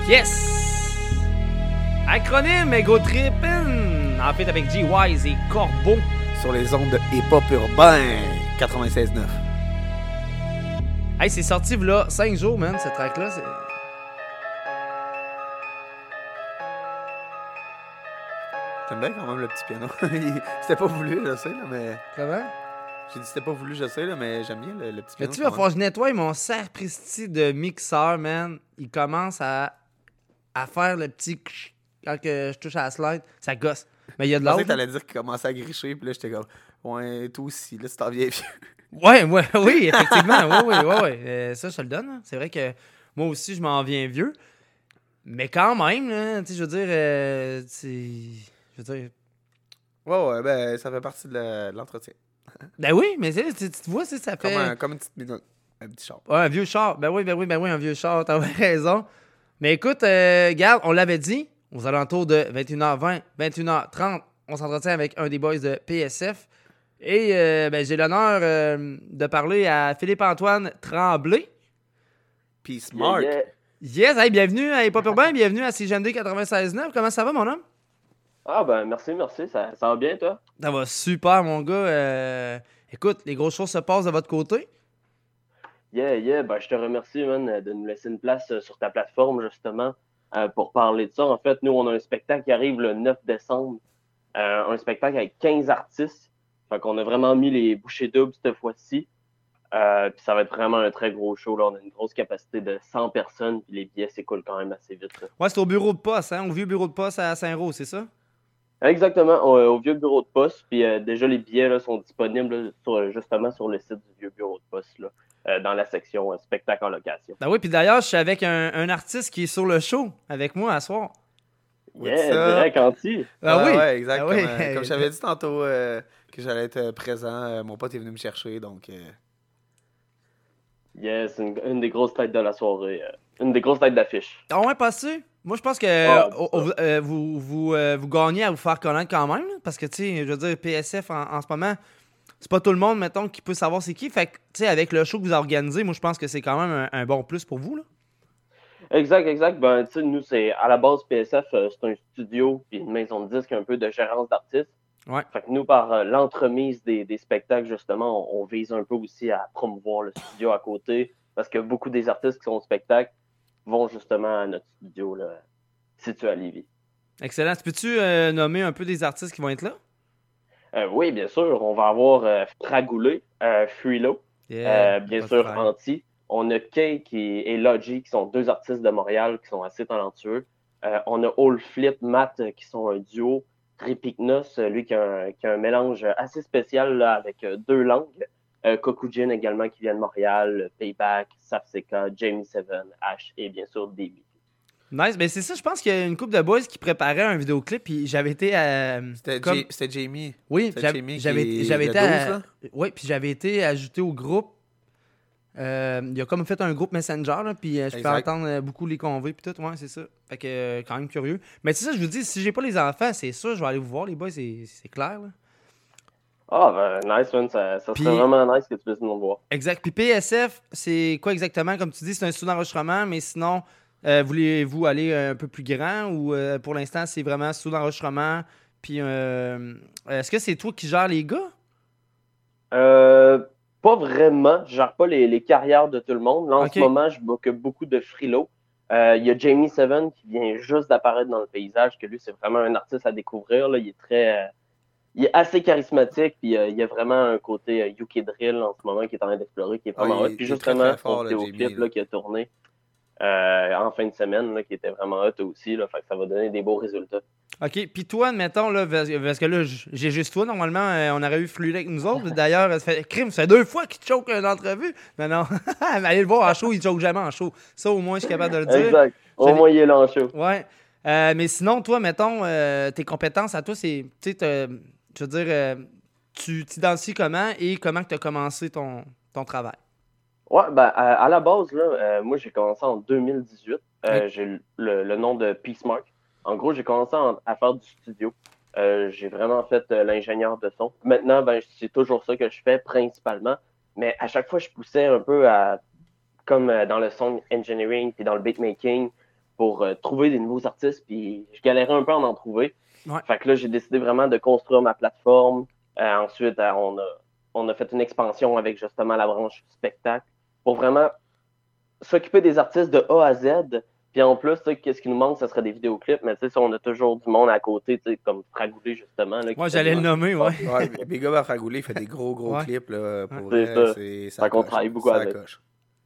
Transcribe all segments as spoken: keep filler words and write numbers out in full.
Yes! Acronyme Ego Trippin'! En fait, avec G-Wise et Corbeau. Sur les ondes de hip-hop urbain quatre-vingt-seize neuf. Hey, c'est sorti là cinq jours, man, cette track-là. C'est... J'aime bien quand même le petit piano. C'était pas voulu, je sais, là, mais... Comment? J'ai dit c'était pas voulu, je sais, là, mais j'aime bien le, le petit Mais piano. tu vas falloir que je nettoie mon sapristi de mixeur, man. Il commence à, à faire le petit... Quand que je touche à la slide, ça gosse. Mais il y a de Je pensais l'autre. que t'allais dire qu'il commençait à gricher, puis là, j'étais comme... Ouais, toi aussi, là, c'est t'en viens vieux. Ouais, ouais, oui, effectivement. oui, oui, oui, oui. Euh, ça, je te le donne. Hein. C'est vrai que moi aussi, je m'en viens vieux. Mais quand même, là, tu sais, je veux dire... Euh, je veux dire... Ouais, ouais, ben, ça fait partie de, la, de l'entretien. Ben oui, mais tu, tu te vois, ça fait... Comme, un, comme une petite minute. Un petit char. Ouais, un vieux char. Ben oui, ben oui, ben oui, un vieux char. T'as raison. Mais écoute, euh, regarde, on l'avait dit, aux alentours de vingt et une heures vingt, vingt et une heures trente, on s'entretient avec un des boys de P S F. Et euh, ben, j'ai l'honneur euh, de parler à Philippe-Antoine Tremblay. Peace, Mark. Yeah, Yes, yeah. hey, bienvenue à Hip Hop Urbain, bienvenue à C G M D quatre-vingt-seize neuf. Comment ça va, mon homme? Ah ben merci, merci. Ça, ça va bien, toi? Ça va super, mon gars. Euh, écoute, les grosses choses se passent de votre côté. Yeah, yeah. Ben, je te remercie, man, de nous laisser une place euh, sur ta plateforme, justement, euh, pour parler de ça. En fait, nous, on a un spectacle qui arrive le neuf décembre. Euh, un spectacle avec quinze artistes. Fait qu'on a vraiment mis les bouchées doubles cette fois-ci. Euh, puis ça va être vraiment un très gros show. Là. On a une grosse capacité de cent personnes. Puis les billets s'écoulent quand même assez vite. Là. Ouais, c'est au bureau de poste, hein, au vieux bureau de poste à Saint-Roch, c'est ça? Exactement, au, au vieux bureau de poste. Puis euh, déjà, les billets là, sont disponibles là, sur, justement sur le site du vieux bureau de poste, là, euh, dans la section euh, spectacle en location. Ben oui, puis d'ailleurs, je suis avec un, un artiste qui est sur le show avec moi à soir. Yeah, direct anti. Ah ouais, oui, ouais, exact. ah comme, oui. euh, comme je t'avais dit tantôt euh, que j'allais être euh, présent, euh, mon pote est venu me chercher, donc... Euh... Yeah, c'est une, une des grosses têtes de la soirée. euh, une des grosses têtes d'affiche. Ah ouais, pas sûr. Moi, je pense que Ah, euh, oh, euh, vous, vous, euh, vous gagnez à vous faire connaître quand même. Là, parce que, tu sais, je veux dire, P S F, en, en ce moment, c'est pas tout le monde, mettons, qui peut savoir c'est qui. Fait que, tu sais, avec le show que vous organisez, moi, je pense que c'est quand même un, un bon plus pour vous, là. Exact, exact. Ben, tu sais, nous, c'est à la base, P S F, euh, c'est un studio puis une maison de disques, un peu de gérance d'artistes. Ouais. Fait que nous, par euh, l'entremise des, des spectacles, justement, on, on vise un peu aussi à promouvoir le studio à côté. Parce que beaucoup des artistes qui sont au spectacle vont justement à notre studio, là, situé à Lévis. Excellent. Tu peux-tu euh, nommer un peu des artistes qui vont être là? Euh, oui, bien sûr. On va avoir euh, Fragoulé, euh, Freelo, Yeah, euh, bien pas sûr frère. Anti. On a Kay qui, et Logi, qui sont deux artistes de Montréal qui sont assez talentueux. Euh, on a All Flip, Matt, euh, qui sont un duo. Tripiknos, euh, lui qui a, un, qui a un mélange assez spécial là, avec euh, deux langues. Euh, Kokujin également qui vient de Montréal, Payback, Safseka, Jamie Seven, Ash et bien sûr Davey. Nice. Ben, c'est ça, je pense qu'il y a une couple de boys qui préparaient un vidéoclip, puis j'avais été à... C'était, comme- Ja- c'était Jamie. Oui, C'était j'avais, Jamie qui j'avais, est j'avais le été à- douze, là? oui, puis j'avais été ajouté au groupe. Euh, il a comme fait un groupe Messenger, là, puis euh, je peux Exact. entendre euh, beaucoup les convés, puis tout, ouais, c'est ça. Fait que, euh, quand même curieux. Mais c'est ça, je vous dis, si j'ai pas les enfants, c'est sûr, je vais aller vous voir, les boys, c'est, c'est clair, là. Ah, ben, nice, man. Ça, ça Puis- serait vraiment nice que tu puisses nous voir. Exact. Puis P S F, c'est quoi exactement? Comme tu dis, c'est un studio d'enregistrement, mais sinon, euh, voulez-vous aller un peu plus grand ou euh, pour l'instant, c'est vraiment studio d'enregistrement? Puis, euh, est-ce que c'est toi qui gères les gars? Euh, pas vraiment. Je gère pas les, les carrières de tout le monde. Là, en Ok. ce moment, je m'occupe beaucoup de Frilo. Euh, Il y a Jamie Seven qui vient juste d'apparaître dans le paysage, que lui, c'est vraiment un artiste à découvrir. Là. Il est très... euh, il est assez charismatique, puis euh, il y a vraiment un côté euh, U K Drill en ce moment qui est en train d'explorer, qui est vraiment Ah, hot. il- Puis il est très, justement, très fort, son là, vidéoclip Jamie, là. là, qui a tourné euh, en fin de semaine, là, qui était vraiment hot aussi. Là, fait que ça va donner des beaux résultats. OK. Puis toi, admettons, là, parce parce que là, j- j'ai juste toi. Normalement, euh, on aurait eu Flulé avec nous autres. D'ailleurs, ça fait crime, ça fait deux fois qu'il te choque une entrevue. Mais non, mais allez le voir en show, il te choque jamais en show. Ça, au moins, je suis capable de le dire. Exact. Au J'avais- moins, il est là en show. Ouais. Euh, mais sinon, toi, mettons, euh, tes compétences à toi, c'est. Tu sais, t'as- je veux dire, euh, tu t'identifies comment et comment tu as commencé ton, ton travail? Ouais, ben, à, à la base, là, euh, moi, j'ai commencé en deux mille dix-huit. Euh, Oui. J'ai le, le- le nom de Peace Mark. En gros, j'ai commencé en- à faire du studio. Euh, j'ai vraiment fait euh, l'ingénieur de son. Maintenant, ben, c'est toujours ça que je fais principalement. Mais à chaque fois, je poussais un peu à, comme euh, dans le sound engineering puis dans le beatmaking, pour euh, trouver des nouveaux artistes, puis je galérais un peu à en trouver. Ouais. Fait que là, j'ai décidé vraiment de construire ma plateforme. Euh, ensuite, euh, on, a, on a fait une expansion avec justement la branche spectacle pour vraiment s'occuper des artistes de A à Z. Puis en plus, qu'est-ce qui nous manque, ce serait des vidéoclips. Mais tu sais, on a toujours du monde à côté, comme Fragoulé, justement. Là, Moi, j'allais le nommer, ouais. Ouais, Big Up à Fragoulé, il fait des gros, gros Ouais. clips. Là, pour C'est vrai, ça. c'est ça Fait qu'on coche, travaille beaucoup ça avec. coche.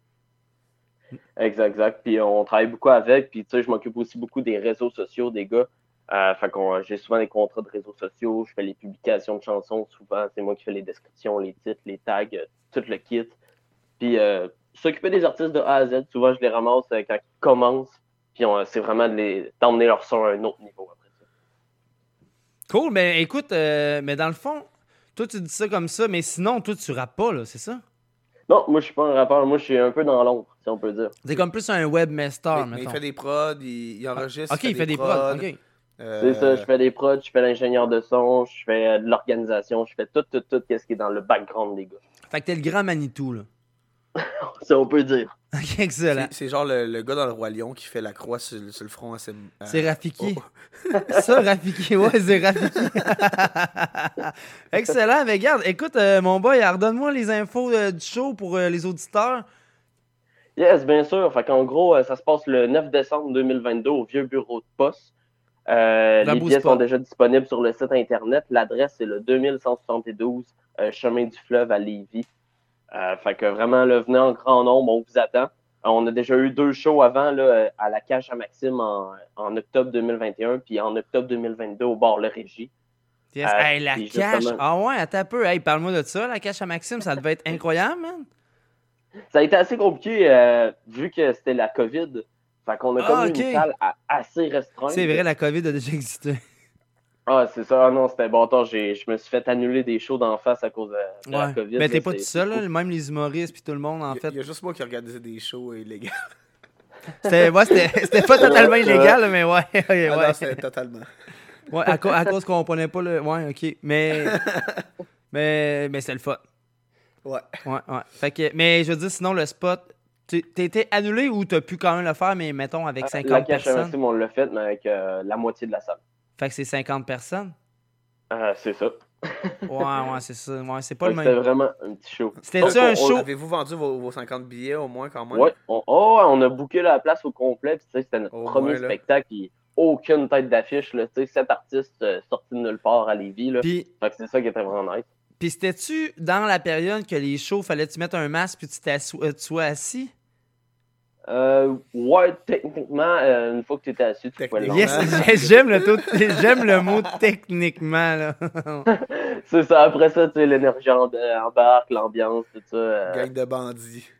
Exact, exact. Puis on travaille beaucoup avec. Puis tu sais, je m'occupe aussi beaucoup des réseaux sociaux des gars. Euh, fait qu'on, j'ai souvent des contrats de réseaux sociaux. Je fais les publications de chansons. Souvent, c'est moi qui fais les descriptions, les titres, les tags, euh, tout le kit. Puis euh, s'occuper des artistes de A à Z, souvent, je les ramasse euh, quand ils commencent. Puis on, c'est vraiment de les, d'emmener leur son à un autre niveau après ça. Cool, mais écoute, euh, mais dans le fond, toi, tu dis ça comme ça, mais sinon, toi, tu rappes pas, là, c'est ça? Non, moi, je suis pas un rappeur. Moi, je suis un peu dans l'ombre, si on peut dire. C'est comme plus un webmaster, Mais, mais mettons. il fait des prods, il, il enregistre. Ok, il fait des prods, ok. Euh, C'est ça, je fais des prods, je fais l'ingénieur de son, je fais euh, de l'organisation, je fais tout, tout, tout, qu'est-ce qui est dans le background des gars. Fait que t'es le grand Manitou, là. Si on peut dire. Ok, excellent. c'est, c'est genre le, le gars dans le Roi Lion qui fait la croix sur, sur le front à ses. à- C'est Rafiki. Oh. Ça, Rafiki, ouais, c'est Rafiki. Excellent, mais regarde, écoute, euh, mon boy, redonne-moi les infos euh, du show pour euh, les auditeurs. Yes, bien sûr. Fait qu'en gros, euh, ça se passe le neuf décembre deux mille vingt-deux au vieux bureau de poste. Euh, La les bouse billets pas. sont déjà disponibles sur le site internet. L'adresse, c'est le deux mille cent soixante-douze euh, Chemin du Fleuve à Lévis. Euh, fait que vraiment, là, venez en grand nombre, on vous attend. Euh, on a déjà eu deux shows avant là, euh, à la Cache à Maxime en, en octobre deux mille vingt et un, puis en octobre deux mille vingt-deux au bar Le Régie. Yes. Euh, Hey, la puis cache. justement- Ah ouais, attends un peu. Hey, parle-moi de ça, la cache à Maxime, ça devait être incroyable, man. Ça a été assez compliqué euh, vu que c'était la COVID. Fait qu'on a Ah, comme eu ok. une salle à- assez restreinte. C'est vrai, la COVID a déjà existé. Ah, c'est ça. Ah non, c'était bon temps. J'ai, je me suis fait annuler des shows d'en face à cause de, de la Ouais. COVID. Mais t'es là, pas c'est- tout seul, c'est là, cool. même les humoristes puis tout le monde, en Il y a- fait. il y a juste moi qui organisais des shows illégaux. C'était ouais, c'était c'était pas totalement Ouais, illégal, là, mais ouais. ouais, Ah ouais. non, c'était totalement. Ouais, à, co- à cause qu'on prenait pas le. Ouais, ok. Mais. mais mais c'est le fun. Ouais. Ouais, ouais. Fait que, mais je veux dire, sinon, le spot, tu- t'as été annulé ou t'as pu quand même le faire, mais mettons avec Euh, cinquante La Cache à personnes? Maxime, on l'a fait, mais avec euh, la moitié de la salle. Fait que c'est cinquante personnes? Euh, c'est ça. Ouais, ouais, c'est ça. Ouais, c'est pas Fait le que C'était même. vraiment un petit show. C'était-tu Donc, un on- show? Avez-vous vendu vos, vos cinquante billets au moins quand même? Ouais, on, oh, ouais, on a booké la place au complet. Puis, tu sais, c'était notre Au premier moins, là. spectacle. Puis, aucune tête d'affiche. Là, tu sais, sept artistes euh, sortis de nulle part à Lévis. Là. Puis, Fait que c'est ça qui était vraiment nice. puis c'était-tu dans la période que les shows, fallait-tu mettre un masque puis tu, t'assois- euh, tu sois assis? Euh, ouais, techniquement, euh, une fois que tu étais assis, tu pouvais le Techniquement. lancer. Yes, j'aime le, taux- j'aime le mot techniquement, là. C'est ça. Après ça, tu sais, l'énergie en- euh, embarque, l'ambiance, tout ça. euh, Gang de bandits.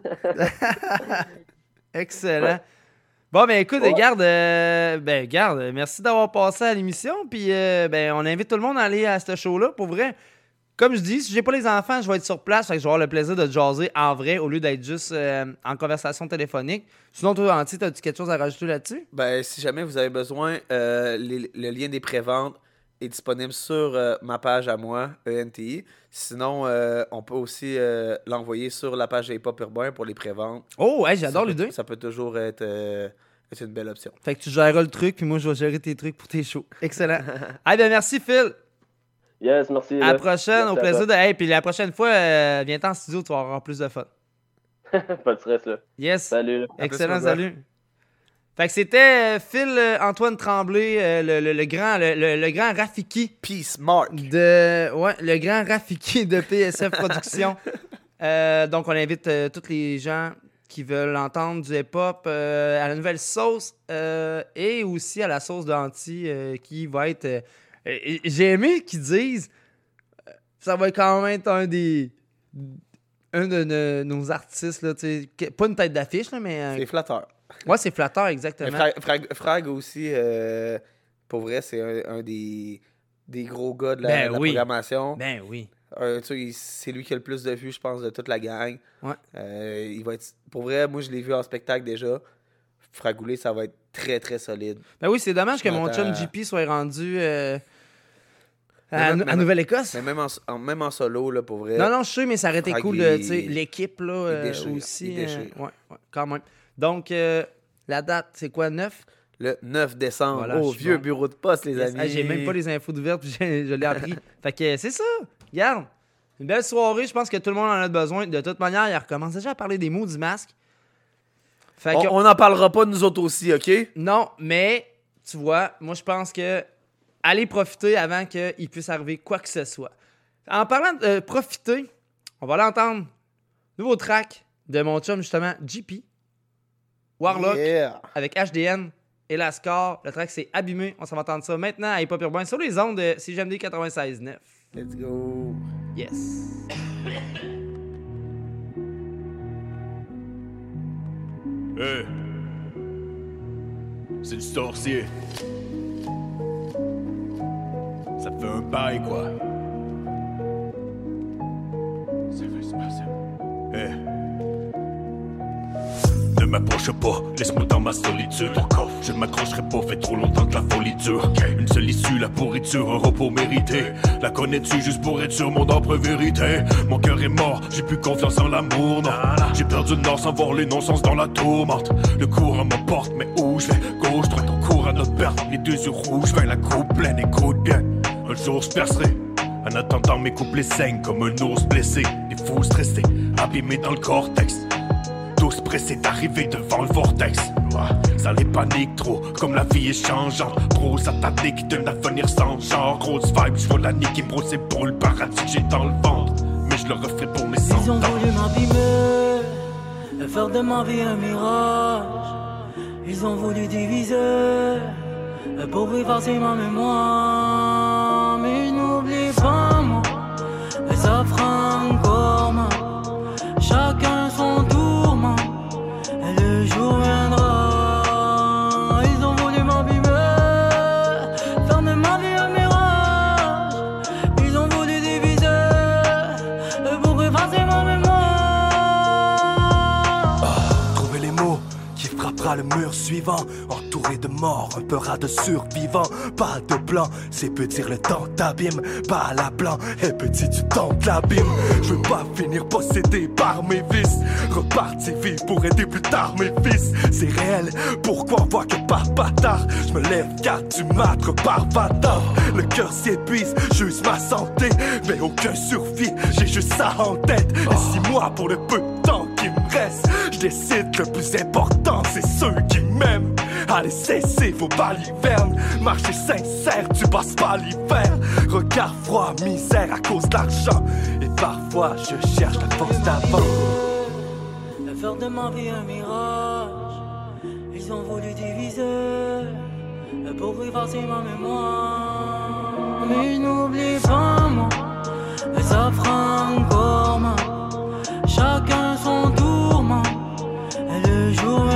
Excellent. Ouais. Bon, ben écoute, Ouais. regarde, euh, ben regarde, merci d'avoir passé à l'émission. Puis, euh, ben, on invite tout le monde à aller à ce show-là. Pour vrai, comme je dis, si j'ai pas les enfants, je vais être sur place. Fait que je vais avoir le plaisir de te jaser en vrai au lieu d'être juste euh, en conversation téléphonique. Sinon, toi, Anti, as-tu quelque chose à rajouter là-dessus? Ben, si jamais vous avez besoin, euh, les- le lien des préventes est disponible sur euh, ma page à moi, E N T I. Sinon, euh, on peut aussi euh, l'envoyer sur la page Hip Hop Urbain pour les préventes. Oh, ouais, j'adore Ça peut- l'idée. Ça peut toujours être, euh, être une belle option. Fait que tu géreras le truc, puis moi, je vais gérer tes trucs pour tes shows. Excellent. Ah, ben merci, Phil. Yes, merci. À la là. prochaine, Merci au à plaisir de. Hey, puis la prochaine fois, euh, viens-t'en en studio, tu vas avoir plus de fun. toi. Pas de stress, là. Yes. Salut, là. plus, Excellent, mon gars. salut. Fait que c'était euh, Phil euh, Antoine Tremblay, euh, le, le- le grand, le, le- le grand Rafiki Peace, Mark. de, ouais, le grand Rafiki de P S F Productions. Euh, donc, on invite euh, tous les gens qui veulent entendre du hip-hop euh, à la nouvelle sauce euh, et aussi à la sauce d'Anti euh, qui va être. euh, euh, j'ai aimé qu'ils disent, euh, ça va quand même être un des, un de nos, nos artistes là, tu sais, que- pas une tête d'affiche là, mais euh, C'est flatteur. ouais, c'est flatteur Mais exactement. Frag, Frag- Frag aussi, euh, pour vrai, c'est un, un des, des gros gars de la, Ben de la oui. programmation. Ben oui. Euh, tu sais, il- c'est lui qui a le plus de vues, je pense, de toute la gang. Ouais. Euh, il va être, pour vrai, moi, je l'ai vu en spectacle déjà. Fragoulé, ça va être très, très solide. Ben oui, c'est dommage que Je mon chum m'attends- J P soit rendu euh, Mais à, même- à mais- Nouvelle-Écosse. Mais même en, en- même en solo, là, pour vrai. Non, non, je sais, mais ça aurait été Frag, cool il- de, tu sais, l'équipe, là, il euh, déchire, aussi. il euh, déchire. ouais, ouais, quand même. Donc, euh, La date, c'est quoi, neuf? Le neuf décembre, Voilà, au je suis vieux bon. bureau de poste, les Yes. amis. Hey, j'ai même pas les infos d'ouverture, puis j'ai- je l'ai appris. Fait que c'est ça. Regarde. Une belle soirée. Je pense que tout le monde en a besoin. De toute manière, il recommence déjà à parler des mots du masque. Fait que, On n'en parlera pas nous autres aussi, OK? non, mais tu vois, moi, je pense que allez profiter avant qu'il puisse arriver quoi que ce soit. En parlant de euh, profiter, on va l'entendre. Nouveau track de mon chum, justement, J P. Warlock. Yeah. Avec H D N et la score. Le track c'est Abîmé. On s'en va entendre ça maintenant à Hip Hop Urbain sur les ondes de C G M D quatre-vingt-seize neuf. Let's go. Yes. Hey. C'est du sorcier. Ça fait un bail, quoi. Ça fait se passer. Hey. Ne m'approche pas, laisse-moi dans ma solitude. Je ne m'accrocherai pas, fait trop longtemps que la folie dure. Une seule issue, la pourriture, un repos mérité. La connais-tu juste pour être sur mon propre vérité? Mon cœur est mort, j'ai plus confiance en l'amour, non. J'ai perdu le nord sans voir les non-sens dans la tourmente. Le courant m'emporte, mais où je vais? Gauche, droite, on court à notre perte. Les deux yeux rouges, vers la coupe pleine et coude. Un jour je percerai. En attendant mes couplets saignent comme un ours blessé. Des fous stressés, abîmés dans le cortex. Tous pressés d'arriver devant le vortex. Ça les panique trop, comme la vie est changeante. Trop satanique d'un avenir sans genre. Grosse vibe, j'vois la nique bro, c'est pour le paradis que j'ai dans le ventre. Mais je le referai pour mes cent Ils ont ans. voulu m'abîmer, faire de ma vie un mirage. Ils ont voulu diviser, pour effacer ma mémoire. Mais n'oublie pas moi, et ça fera encore mal. Chacun son tourment, et le jour viendra. Ils ont voulu m'abîmer, faire de ma vie un mirage. Ils ont voulu diviser, pour effacer ma mémoire. Trouver les mots qui frappera le mur suivant. Entouré de morts, un peu ras de survivants. Pas de plan, c'est peu dire le temps t'abîme. Pas à la blanc, et petit tu tentes l'abîme. Je veux pas finir possédé par mes vices. Repartir vivre pour aider plus tard mes fils. C'est réel, pourquoi on voit que par bâtard. Je me lève car tu m'âtres par bâtard. Le cœur s'y épuise, juste ma santé. Mais aucun survie, j'ai juste ça en tête. Et six mois pour le peu de temps qui me reste. Je décide que le plus important c'est ceux qui m'aiment. Allez cessez vos balivernes. Marcher sincère, tu passes pas l'hiver. Regard froid, misère à cause d'argent. Et parfois je cherche la force d'avant. Faire de ma vie un mirage. Ils ont voulu diviser, pour effacer ma mémoire. Mais n'oublie pas moi, et ça fera encore mal. Chacun son tourment, et le jour